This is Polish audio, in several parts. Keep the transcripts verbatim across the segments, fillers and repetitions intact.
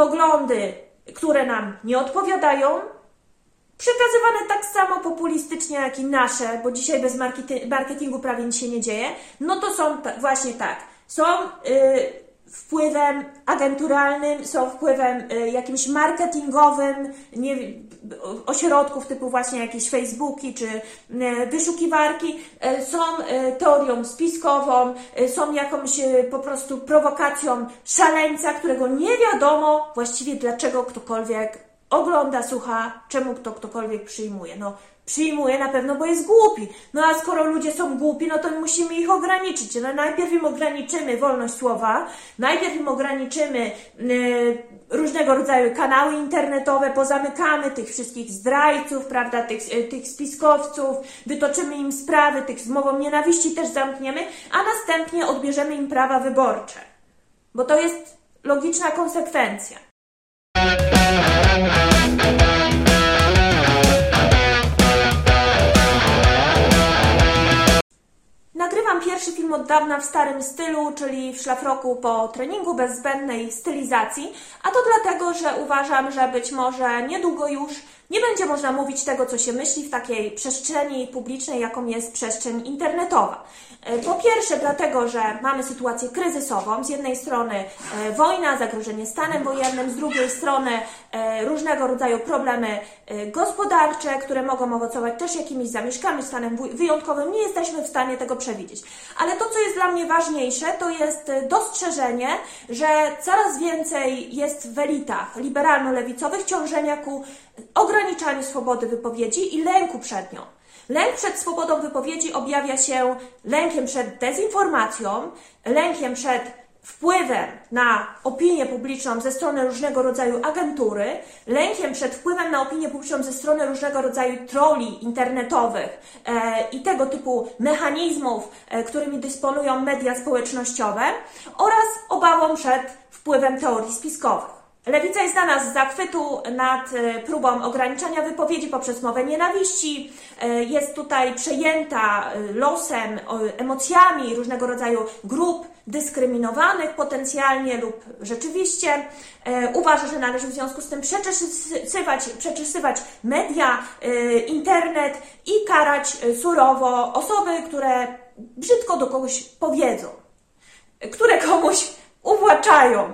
poglądy, które nam nie odpowiadają, przekazywane tak samo populistycznie jak i nasze, bo dzisiaj bez marketingu prawie nic się nie dzieje, no to są właśnie tak, są yy, wpływem agenturalnym, są wpływem y, jakimś marketingowym, nie, ośrodków typu właśnie jakieś Facebooki czy y, wyszukiwarki, y, są y, teorią spiskową, y, są jakąś y, po prostu prowokacją szaleńca, którego nie wiadomo właściwie dlaczego ktokolwiek ogląda, słucha, czemu kto ktokolwiek przyjmuje. No, przyjmuje na pewno, bo jest głupi. No a skoro ludzie są głupi, no to musimy ich ograniczyć. No najpierw im ograniczymy wolność słowa, najpierw im ograniczymy yy, różnego rodzaju kanały internetowe, pozamykamy tych wszystkich zdrajców, prawda, tych, yy, tych spiskowców, wytoczymy im sprawy, tych z mową nienawiści też zamkniemy, a następnie odbierzemy im prawa wyborcze. Bo to jest logiczna konsekwencja. Nagrywam pierwszy film od dawna w starym stylu, czyli w szlafroku po treningu, bez zbędnej stylizacji, a to dlatego, że uważam, że być może niedługo już nie będzie można mówić tego, co się myśli w takiej przestrzeni publicznej, jaką jest przestrzeń internetowa. Po pierwsze dlatego, że mamy sytuację kryzysową, z jednej strony e, wojna, zagrożenie stanem wojennym, z drugiej strony e, różnego rodzaju problemy e, gospodarcze, które mogą owocować też jakimiś zamieszkami, stanem wyjątkowym. Nie jesteśmy w stanie tego przewidzieć. Ale to, co jest dla mnie ważniejsze, to jest dostrzeżenie, że coraz więcej jest w elitach liberalno-lewicowych ciążenia ku ograniczaniu swobody wypowiedzi i lęku przed nią. Lęk przed swobodą wypowiedzi objawia się lękiem przed dezinformacją, lękiem przed wpływem na opinię publiczną ze strony różnego rodzaju agentury, lękiem przed wpływem na opinię publiczną ze strony różnego rodzaju trolli internetowych e, i tego typu mechanizmów, e, którymi dysponują media społecznościowe, oraz obawą przed wpływem teorii spiskowych. Lewica jest znana z zachwytu nad próbą ograniczania wypowiedzi poprzez mowę nienawiści, jest tutaj przejęta losem, emocjami różnego rodzaju grup dyskryminowanych potencjalnie lub rzeczywiście. Uważa, że należy w związku z tym przeczesywać, przeczesywać media, internet i karać surowo osoby, które brzydko do kogoś powiedzą, które komuś uwłaczają.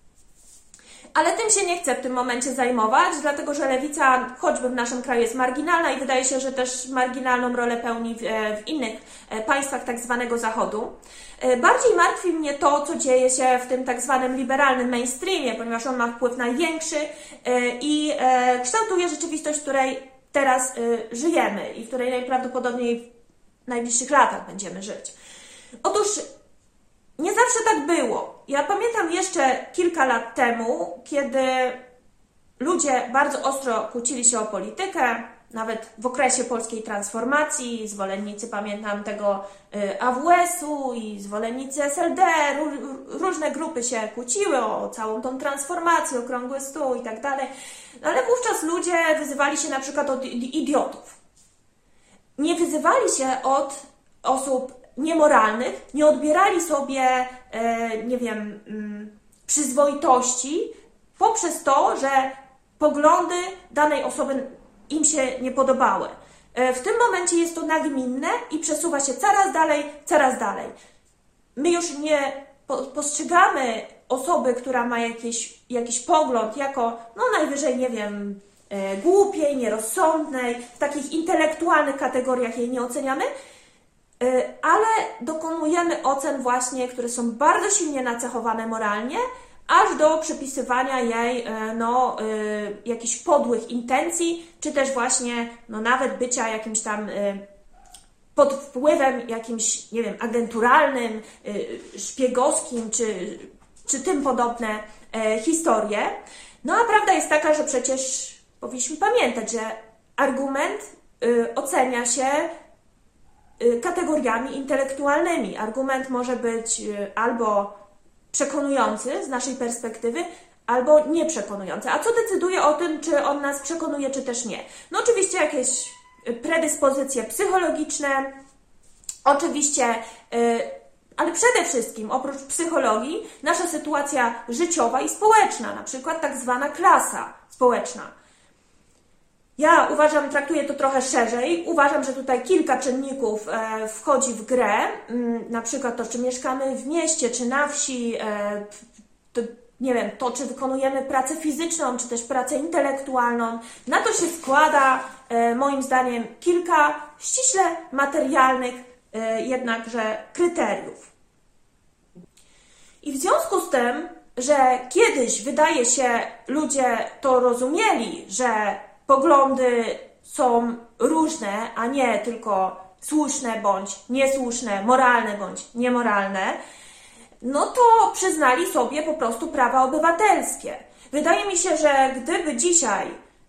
Ale tym się nie chcę w tym momencie zajmować, dlatego że lewica choćby w naszym kraju jest marginalna i wydaje się, że też marginalną rolę pełni w, w innych państwach tak zwanego Zachodu. Bardziej martwi mnie to, co dzieje się w tym tak zwanym liberalnym mainstreamie, ponieważ on ma wpływ największy i kształtuje rzeczywistość, w której teraz żyjemy i w której najprawdopodobniej w najbliższych latach będziemy żyć. Otóż nie zawsze tak było. Ja pamiętam jeszcze kilka lat temu, kiedy ludzie bardzo ostro kłócili się o politykę, nawet w okresie polskiej transformacji, zwolennicy, pamiętam tego A W S-u i zwolennicy S L D, różne grupy się kłóciły o całą tą transformację, okrągły stół i tak dalej, ale wówczas ludzie wyzywali się na przykład od idiotów. Nie wyzywali się od osób niemoralnych, nie odbierali sobie, e, nie wiem, mm, przyzwoitości poprzez to, że poglądy danej osoby im się nie podobały. E, w tym momencie jest to nagminne i przesuwa się coraz dalej, coraz dalej. My już nie po, postrzegamy osoby, która ma jakiś, jakiś pogląd jako, no najwyżej, nie wiem, e, głupiej, nierozsądnej, w takich intelektualnych kategoriach jej nie oceniamy, ale dokonujemy ocen właśnie, które są bardzo silnie nacechowane moralnie, aż do przypisywania jej no, jakichś podłych intencji, czy też właśnie no, nawet bycia jakimś tam pod wpływem jakimś, nie wiem, agenturalnym, szpiegowskim, czy, czy tym podobne historie. No a prawda jest taka, że przecież powinniśmy pamiętać, że argument ocenia się kategoriami intelektualnymi. Argument może być albo przekonujący z naszej perspektywy, albo nieprzekonujący. A co decyduje o tym, czy on nas przekonuje, czy też nie? No oczywiście jakieś predyspozycje psychologiczne, oczywiście ale przede wszystkim, oprócz psychologii, nasza sytuacja życiowa i społeczna, na przykład tak zwana klasa społeczna. Ja uważam, traktuję to trochę szerzej. Uważam, że tutaj kilka czynników e, wchodzi w grę. Mm, na przykład to, czy mieszkamy w mieście, czy na wsi, e, to, nie wiem, to, czy wykonujemy pracę fizyczną, czy też pracę intelektualną. Na to się składa, e, moim zdaniem, kilka ściśle materialnych e, jednakże kryteriów. I w związku z tym, że kiedyś, wydaje się, ludzie to rozumieli, że poglądy są różne, a nie tylko słuszne bądź niesłuszne, moralne bądź niemoralne, no to przyznali sobie po prostu prawa obywatelskie. Wydaje mi się, że gdyby dzisiaj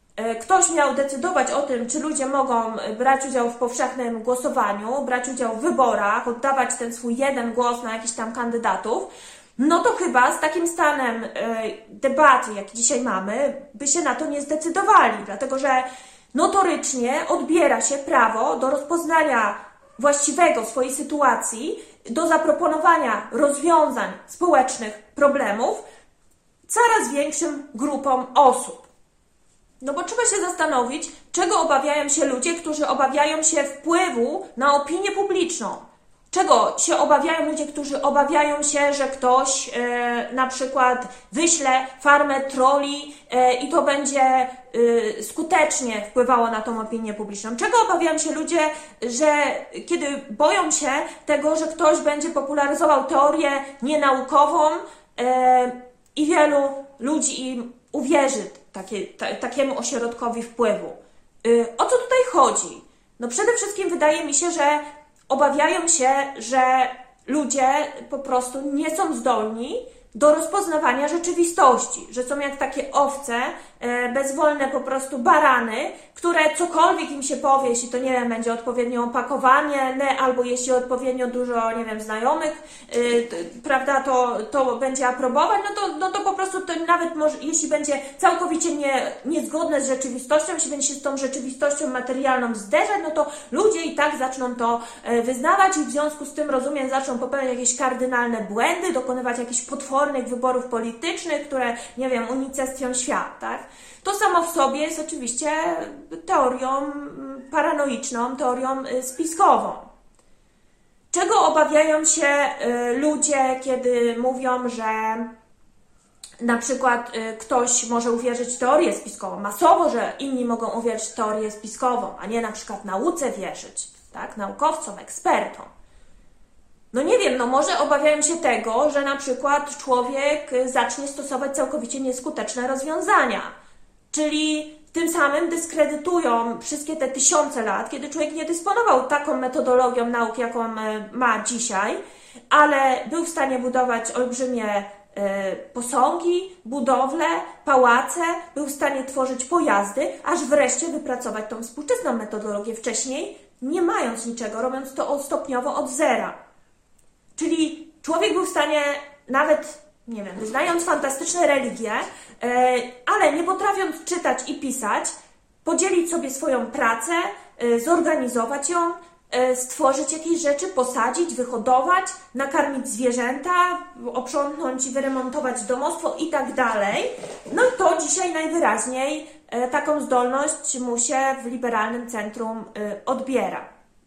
ktoś miał decydować o tym, czy ludzie mogą brać udział w powszechnym głosowaniu, brać udział w wyborach, oddawać ten swój jeden głos na jakichś tam kandydatów, no to chyba z takim stanem debaty, jaki dzisiaj mamy, by się na to nie zdecydowali, dlatego że notorycznie odbiera się prawo do rozpoznania właściwego swojej sytuacji, do zaproponowania rozwiązań społecznych problemów coraz większym grupom osób. No bo trzeba się zastanowić, czego obawiają się ludzie, którzy obawiają się wpływu na opinię publiczną. Czego się obawiają ludzie, którzy obawiają się, że ktoś e, na przykład wyśle farmę trolli e, i to będzie e, skutecznie wpływało na tą opinię publiczną? Czego obawiają się ludzie, że kiedy boją się tego, że ktoś będzie popularyzował teorię nienaukową e, i wielu ludzi im uwierzy takie, ta, takiemu ośrodkowi wpływu? E, o co tutaj chodzi? No przede wszystkim wydaje mi się, że obawiają się, że ludzie po prostu nie są zdolni do rozpoznawania rzeczywistości, że są jak takie owce, bezwolne po prostu barany, które cokolwiek im się powie, jeśli to, nie wiem, będzie odpowiednio opakowanie, albo jeśli odpowiednio dużo, nie wiem, znajomych, yy, prawda, to, to będzie aprobować, no to, no to po prostu to nawet może, jeśli będzie całkowicie nie, niezgodne z rzeczywistością, jeśli będzie się z tą rzeczywistością materialną zderzać, no to ludzie i tak zaczną to yy, wyznawać i w związku z tym, rozumiem, zaczną popełniać jakieś kardynalne błędy, dokonywać jakichś potwornych wyborów politycznych, które, nie wiem, unicestwią świat, tak? To samo w sobie jest oczywiście teorią paranoiczną, teorią spiskową. Czego obawiają się ludzie, kiedy mówią, że na przykład ktoś może uwierzyć w teorię spiskową, masowo, że inni mogą uwierzyć w teorię spiskową, a nie na przykład nauce wierzyć, tak? Naukowcom, ekspertom. No nie wiem, no może obawiają się tego, że na przykład człowiek zacznie stosować całkowicie nieskuteczne rozwiązania. Czyli tym samym dyskredytują wszystkie te tysiące lat, kiedy człowiek nie dysponował taką metodologią nauk, jaką ma dzisiaj, ale był w stanie budować olbrzymie posągi, budowle, pałace, był w stanie tworzyć pojazdy, aż wreszcie wypracować tą współczesną metodologię wcześniej, nie mając niczego, robiąc to stopniowo od zera. Czyli człowiek był w stanie nawet, nie wiem, wyznając fantastyczne religie, ale nie potrafiąc czytać i pisać, podzielić sobie swoją pracę, zorganizować ją, stworzyć jakieś rzeczy, posadzić, wyhodować, nakarmić zwierzęta, oprzątnąć i wyremontować domostwo i tak dalej. No i to dzisiaj najwyraźniej taką zdolność mu się w liberalnym centrum odbiera.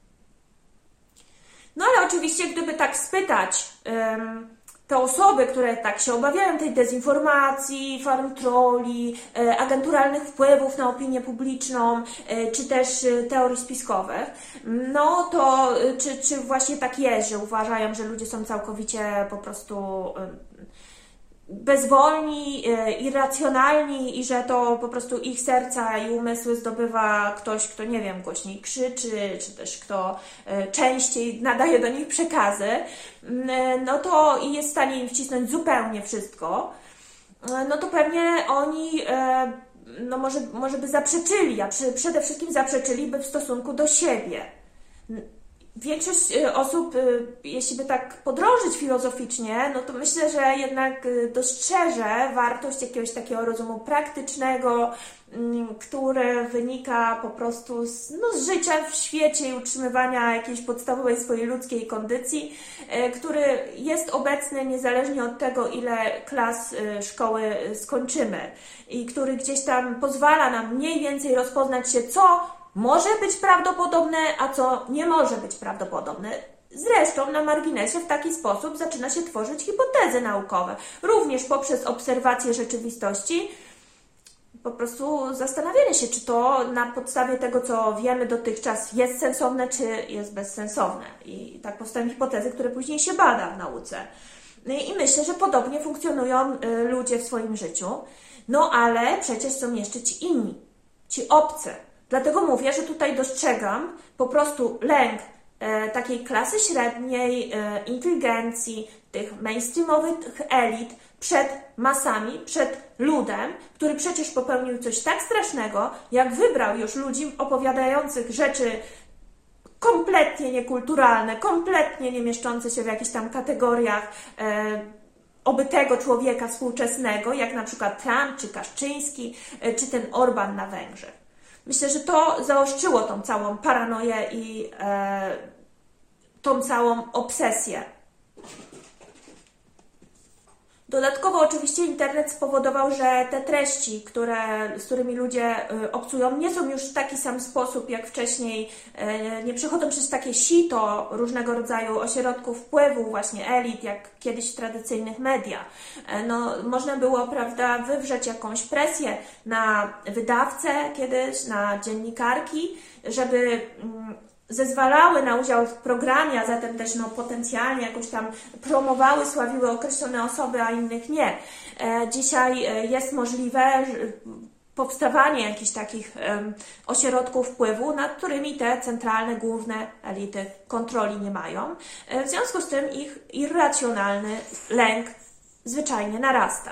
No ale oczywiście, gdyby tak spytać um, te osoby, które tak się obawiają tej dezinformacji, farm trolli, e, agenturalnych wpływów na opinię publiczną, e, czy też e, teorii spiskowych, no to e, czy, czy właśnie tak jest, że uważają, że ludzie są całkowicie po prostu e, bezwolni, e, irracjonalni i że to po prostu ich serca i umysły zdobywa ktoś, kto, nie wiem, głośniej krzyczy, czy też kto e, częściej nadaje do nich przekazy, e, no to i jest w stanie im wcisnąć zupełnie wszystko, e, no to pewnie oni e, no może, może by zaprzeczyli, a przy, przede wszystkim zaprzeczyliby w stosunku do siebie. Większość y, osób, y, jeśli by tak podrążyć filozoficznie, no to myślę, że jednak y, dostrzeże wartość jakiegoś takiego rozumu praktycznego, mm, który wynika po prostu z, no, z życia w świecie i utrzymywania jakiejś podstawowej swojej ludzkiej kondycji, y, który jest obecny niezależnie od tego, ile klas y, szkoły y, skończymy i który gdzieś tam pozwala nam mniej więcej rozpoznać się, co może być prawdopodobne, a co nie może być prawdopodobne. Zresztą na marginesie w taki sposób zaczyna się tworzyć hipotezy naukowe. Również poprzez obserwację rzeczywistości, po prostu zastanawianie się, czy to na podstawie tego, co wiemy dotychczas, jest sensowne, czy jest bezsensowne. I tak powstają hipotezy, które później się bada w nauce. I myślę, że podobnie funkcjonują ludzie w swoim życiu. No ale przecież są jeszcze ci inni, ci obcy. Dlatego mówię, że tutaj dostrzegam po prostu lęk e, takiej klasy średniej, e, inteligencji, tych mainstreamowych elit przed masami, przed ludem, który przecież popełnił coś tak strasznego, jak wybrał już ludzi opowiadających rzeczy kompletnie niekulturalne, kompletnie nie mieszczące się w jakichś tam kategoriach e, obytego człowieka współczesnego, jak na przykład Trump, czy Kaszczyński, e, czy ten Orban na Węgrzech. Myślę, że to zaostrzyło tą całą paranoję i e, tą całą obsesję. Dodatkowo oczywiście internet spowodował, że te treści, które, z którymi ludzie obcują, nie są już w taki sam sposób jak wcześniej, nie przechodzą przez takie sito różnego rodzaju ośrodków wpływu, właśnie elit, jak kiedyś w tradycyjnych mediach. No, można było, prawda, wywrzeć jakąś presję na wydawcę kiedyś, na dziennikarki, żeby zezwalały na udział w programie, a zatem też no, potencjalnie jakoś tam promowały, sławiły określone osoby, a innych nie. E, dzisiaj jest możliwe powstawanie jakichś takich um, ośrodków wpływu, nad którymi te centralne, główne elity kontroli nie mają. E, w związku z tym ich irracjonalny lęk zwyczajnie narasta.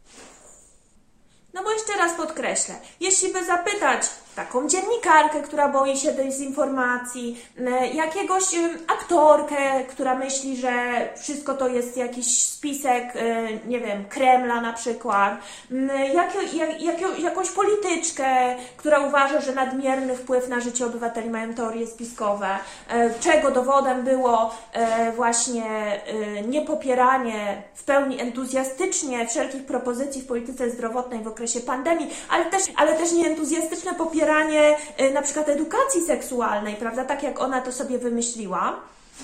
No bo jeszcze raz podkreślę, jeśli by zapytać taką dziennikarkę, która boi się dezinformacji, jakiegoś aktorkę, która myśli, że wszystko to jest jakiś spisek, nie wiem, Kremla na przykład, jak, jak, jak, jakąś polityczkę, która uważa, że nadmierny wpływ na życie obywateli mają teorie spiskowe, czego dowodem było właśnie niepopieranie w pełni entuzjastycznie wszelkich propozycji w polityce zdrowotnej w okresie pandemii, ale też, ale też nieentuzjastyczne popieranie na przykład edukacji seksualnej, prawda, tak jak ona to sobie wymyśliła.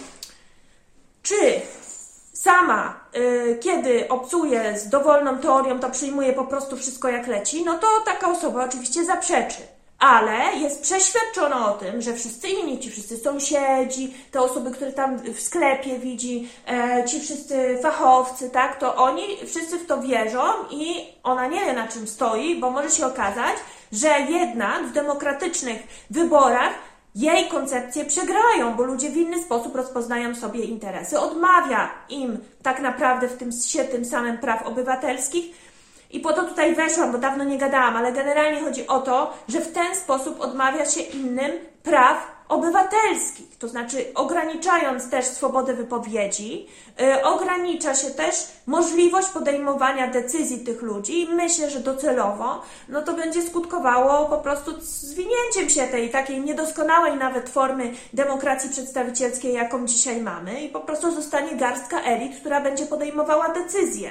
Czy sama, y, kiedy obcuje z dowolną teorią, to przyjmuje po prostu wszystko jak leci, no to taka osoba oczywiście zaprzeczy. Ale jest przeświadczona o tym, że wszyscy inni, ci wszyscy sąsiedzi, te osoby, które tam w sklepie widzi, e, ci wszyscy fachowcy, tak, to oni wszyscy w to wierzą i ona nie wie, na czym stoi, bo może się okazać, że jednak w demokratycznych wyborach jej koncepcje przegrają, bo ludzie w inny sposób rozpoznają sobie interesy. Odmawia im tak naprawdę w tym się tym samym praw obywatelskich. I po to tutaj weszłam, bo dawno nie gadałam, ale generalnie chodzi o to, że w ten sposób odmawia się innym praw obywatelskich, to znaczy ograniczając też swobodę wypowiedzi, yy, ogranicza się też możliwość podejmowania decyzji tych ludzi i myślę, że docelowo no to będzie skutkowało po prostu zwinięciem się tej takiej niedoskonałej nawet formy demokracji przedstawicielskiej, jaką dzisiaj mamy i po prostu zostanie garstka elit, która będzie podejmowała decyzje.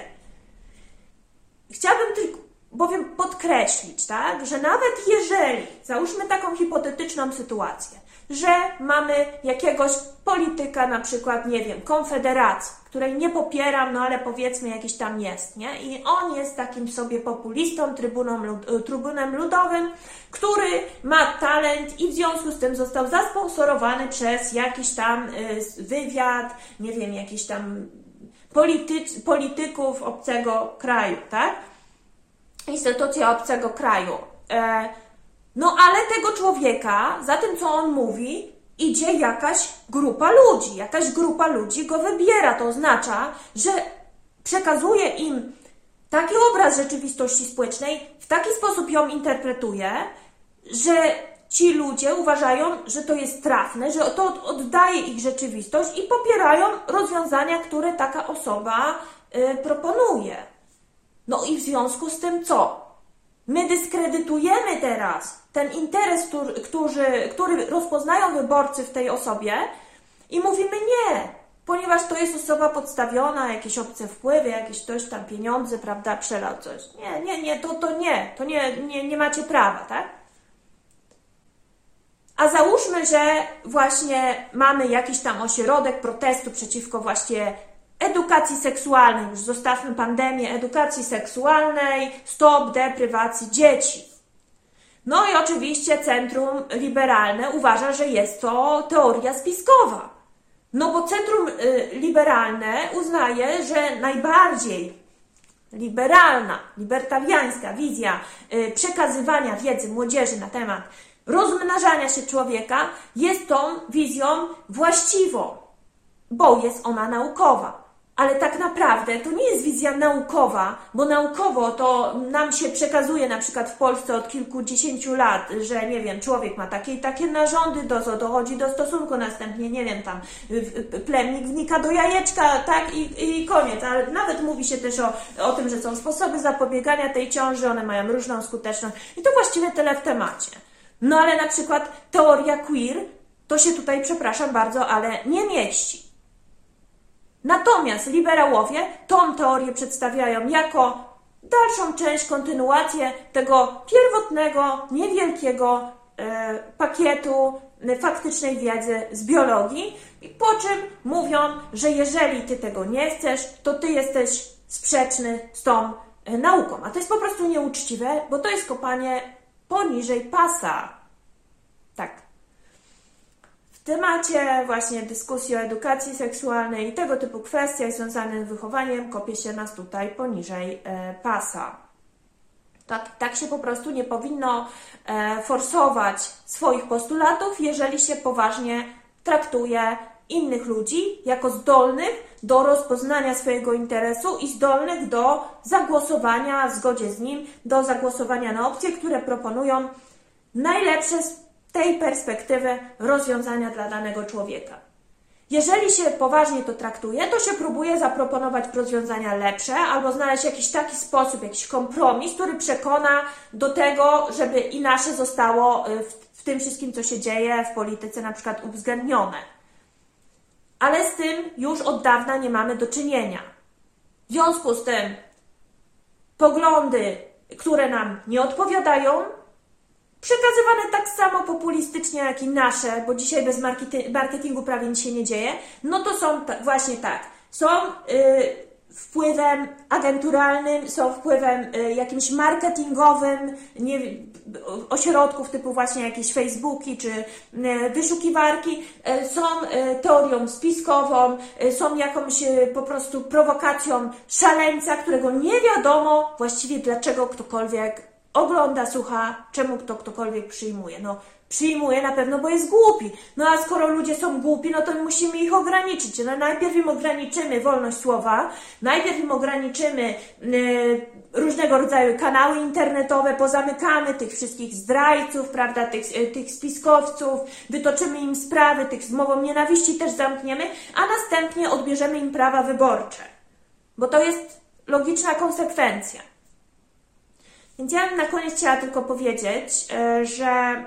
Chciałabym tylko bowiem podkreślić, tak, że nawet jeżeli, załóżmy taką hipotetyczną sytuację, że mamy jakiegoś polityka, na przykład, nie wiem, Konfederacji, której nie popieram, no ale powiedzmy jakiś tam jest, nie? I on jest takim sobie populistą, trybuną, trybunem ludowym, który ma talent i w związku z tym został zasponsorowany przez jakiś tam wywiad, nie wiem, jakiś tam Polityc, polityków obcego kraju, tak? Instytucja obcego kraju. E, no ale tego człowieka, za tym co on mówi, idzie jakaś grupa ludzi. Jakaś grupa ludzi go wybiera. To oznacza, że przekazuje im taki obraz rzeczywistości społecznej, w taki sposób ją interpretuje, że ci ludzie uważają, że to jest trafne, że to oddaje ich rzeczywistość i popierają rozwiązania, które taka osoba y, proponuje. No i w związku z tym co? My dyskredytujemy teraz ten interes, który, który, który rozpoznają wyborcy w tej osobie i mówimy nie, ponieważ to jest osoba podstawiona, jakieś obce wpływy, jakieś coś tam, pieniądze, prawda, przelał coś. Nie, nie, nie, to, to nie, to nie, nie, nie macie prawa, tak? A załóżmy, że właśnie mamy jakiś tam ośrodek protestu przeciwko właśnie edukacji seksualnej, już zostawmy pandemię, edukacji seksualnej, stop deprywacji dzieci. No i oczywiście Centrum Liberalne uważa, że jest to teoria spiskowa. No bo Centrum y, Liberalne uznaje, że najbardziej liberalna, libertariańska wizja y, przekazywania wiedzy młodzieży na temat rozmnażania się człowieka jest tą wizją właściwą, bo jest ona naukowa. Ale tak naprawdę to nie jest wizja naukowa, bo naukowo to nam się przekazuje na przykład w Polsce od kilkudziesięciu lat, że nie wiem, człowiek ma takie i takie narządy, do, dochodzi do stosunku, następnie nie wiem, tam plemnik wnika do jajeczka, tak i, i koniec. Ale nawet mówi się też o, o tym, że są sposoby zapobiegania tej ciąży, one mają różną skuteczność i to właściwie tyle w temacie. No ale na przykład teoria queer to się tutaj, przepraszam bardzo, ale nie mieści. Natomiast liberałowie tą teorię przedstawiają jako dalszą część, kontynuację tego pierwotnego, niewielkiego e, pakietu e, faktycznej wiedzy z biologii, po czym mówią, że jeżeli ty tego nie chcesz, to ty jesteś sprzeczny z tą e, nauką. A to jest po prostu nieuczciwe, bo to jest kopanie poniżej pasa. Tak. W temacie właśnie dyskusji o edukacji seksualnej i tego typu kwestiach związanych z wychowaniem kopie się nas tutaj poniżej e, pasa. Tak, tak się po prostu nie powinno e, forsować swoich postulatów, jeżeli się poważnie traktuje innych ludzi jako zdolnych do rozpoznania swojego interesu i zdolnych do zagłosowania w zgodzie z nim, do zagłosowania na opcje, które proponują najlepsze z tej perspektywy rozwiązania dla danego człowieka. Jeżeli się poważnie to traktuje, to się próbuje zaproponować rozwiązania lepsze albo znaleźć jakiś taki sposób, jakiś kompromis, który przekona do tego, żeby i nasze zostało w, w tym wszystkim, co się dzieje w polityce na przykład uwzględnione. Ale z tym już od dawna nie mamy do czynienia. W związku z tym poglądy, które nam nie odpowiadają, przekazywane tak samo populistycznie jak i nasze, bo dzisiaj bez marketingu prawie nic się nie dzieje, no to są właśnie tak, są y, wpływem agenturalnym, są wpływem y, jakimś marketingowym, nie, ośrodków typu właśnie jakieś Facebooki czy y, wyszukiwarki, y, są y, teorią spiskową, y, są jakąś y, po prostu prowokacją szaleńca, którego nie wiadomo właściwie dlaczego ktokolwiek ogląda, słucha, czemu kto ktokolwiek przyjmuje. No, przyjmuje na pewno, bo jest głupi. No a skoro ludzie są głupi, no to musimy ich ograniczyć. No najpierw im ograniczymy wolność słowa, najpierw im ograniczymy yy, różnego rodzaju kanały internetowe, pozamykamy tych wszystkich zdrajców, prawda, tych, yy, tych spiskowców, wytoczymy im sprawy, tych z mową nienawiści też zamkniemy, a następnie odbierzemy im prawa wyborcze. Bo to jest logiczna konsekwencja. Więc ja bym na koniec chciała tylko powiedzieć, że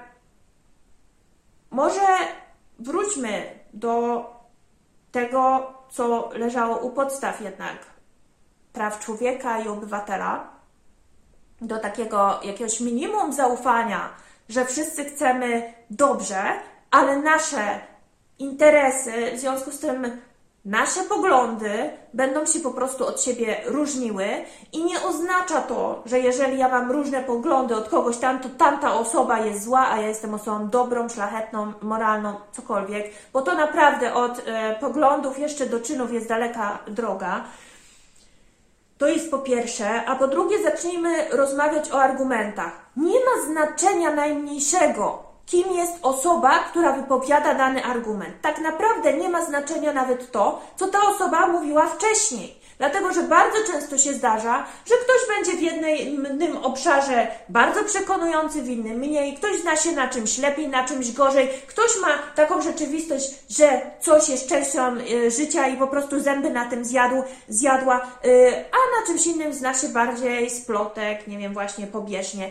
może wróćmy do tego, co leżało u podstaw jednak praw człowieka i obywatela, do takiego jakiegoś minimum zaufania, że wszyscy chcemy dobrze, ale nasze interesy, w związku z tym nasze poglądy będą się po prostu od siebie różniły i nie oznacza to, że jeżeli ja mam różne poglądy od kogoś tam, to tamta osoba jest zła, a ja jestem osobą dobrą, szlachetną, moralną, cokolwiek, bo to naprawdę od e, poglądów jeszcze do czynów jest daleka droga. To jest po pierwsze, a po drugie zacznijmy rozmawiać o argumentach. Nie ma znaczenia najmniejszego, kim jest osoba, która wypowiada dany argument. Tak naprawdę nie ma znaczenia nawet to, co ta osoba mówiła wcześniej. Dlatego, że bardzo często się zdarza, że ktoś będzie w jednym obszarze bardzo przekonujący, w innym mniej, ktoś zna się na czymś lepiej, na czymś gorzej, ktoś ma taką rzeczywistość, że coś jest częścią y, życia i po prostu zęby na tym zjadł, zjadła, y, a na czymś innym zna się bardziej z plotek, nie wiem, właśnie pobieżnie.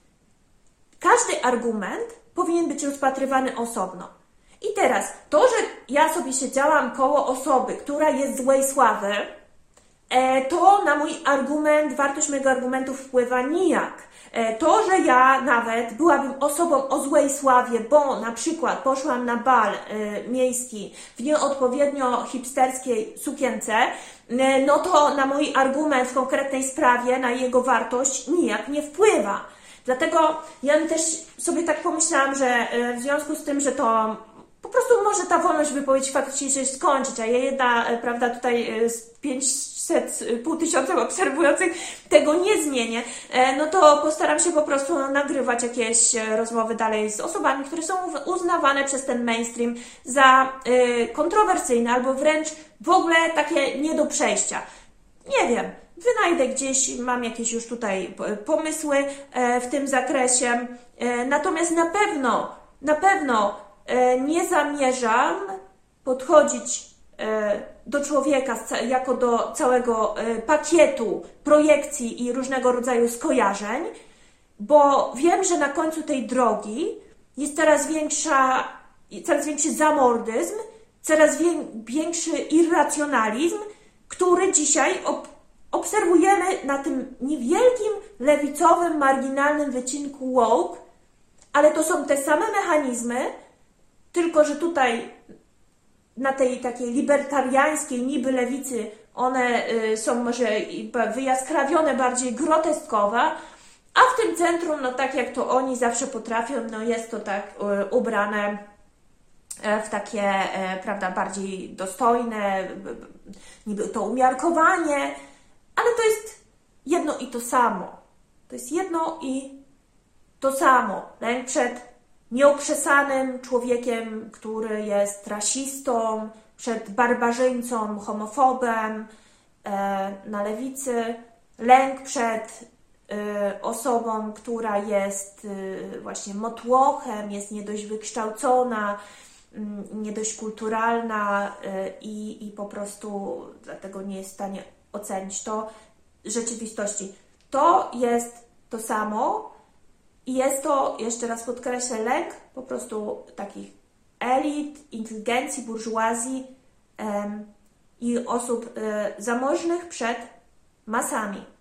Każdy argument powinien być rozpatrywany osobno. I teraz, to, że ja sobie siedziałam koło osoby, która jest złej sławy, e, to na mój argument, wartość mojego argumentu wpływa nijak. E, to, że ja nawet byłabym osobą o złej sławie, bo na przykład poszłam na bal e, miejski w nieodpowiednio hipsterskiej sukience, e, no to na mój argument w konkretnej sprawie, na jego wartość nijak nie wpływa. Dlatego ja też sobie tak pomyślałam, że e, w związku z tym, że to po prostu może ta wolność wypowiedzi faktycznie się skończyć, a ja jedna, prawda, tutaj z pięćset, pół tysiąca obserwujących tego nie zmienię, no to postaram się po prostu nagrywać jakieś rozmowy dalej z osobami, które są uznawane przez ten mainstream za kontrowersyjne albo wręcz w ogóle takie nie do przejścia. Nie wiem, wynajdę gdzieś, mam jakieś już tutaj pomysły w tym zakresie, natomiast na pewno, na pewno nie zamierzam podchodzić do człowieka jako do całego pakietu projekcji i różnego rodzaju skojarzeń, bo wiem, że na końcu tej drogi jest coraz większa, coraz większy zamordyzm, coraz większy irracjonalizm, który dzisiaj ob obserwujemy na tym niewielkim, lewicowym, marginalnym wycinku woke, ale to są te same mechanizmy, tylko że tutaj na tej takiej libertariańskiej niby lewicy one y, są może wyjaskrawione, bardziej groteskowe, a w tym centrum, no tak jak to oni zawsze potrafią, no jest to tak y, ubrane w takie, y, prawda, bardziej dostojne, y, niby to umiarkowanie, ale to jest jedno i to samo. To jest jedno i to samo. Lęk przed nieoprzesanym człowiekiem, który jest rasistą, przed barbarzyńcą, homofobem e, na lewicy, lęk przed e, osobą, która jest e, właśnie motłochem, jest nie dość wykształcona, m, nie dość kulturalna e, i, i po prostu dlatego nie jest w stanie ocenić to rzeczywistości. To jest to samo. I jest to, jeszcze raz podkreślę, lęk po prostu takich elit, inteligencji, burżuazji em, i osób e, zamożnych przed masami.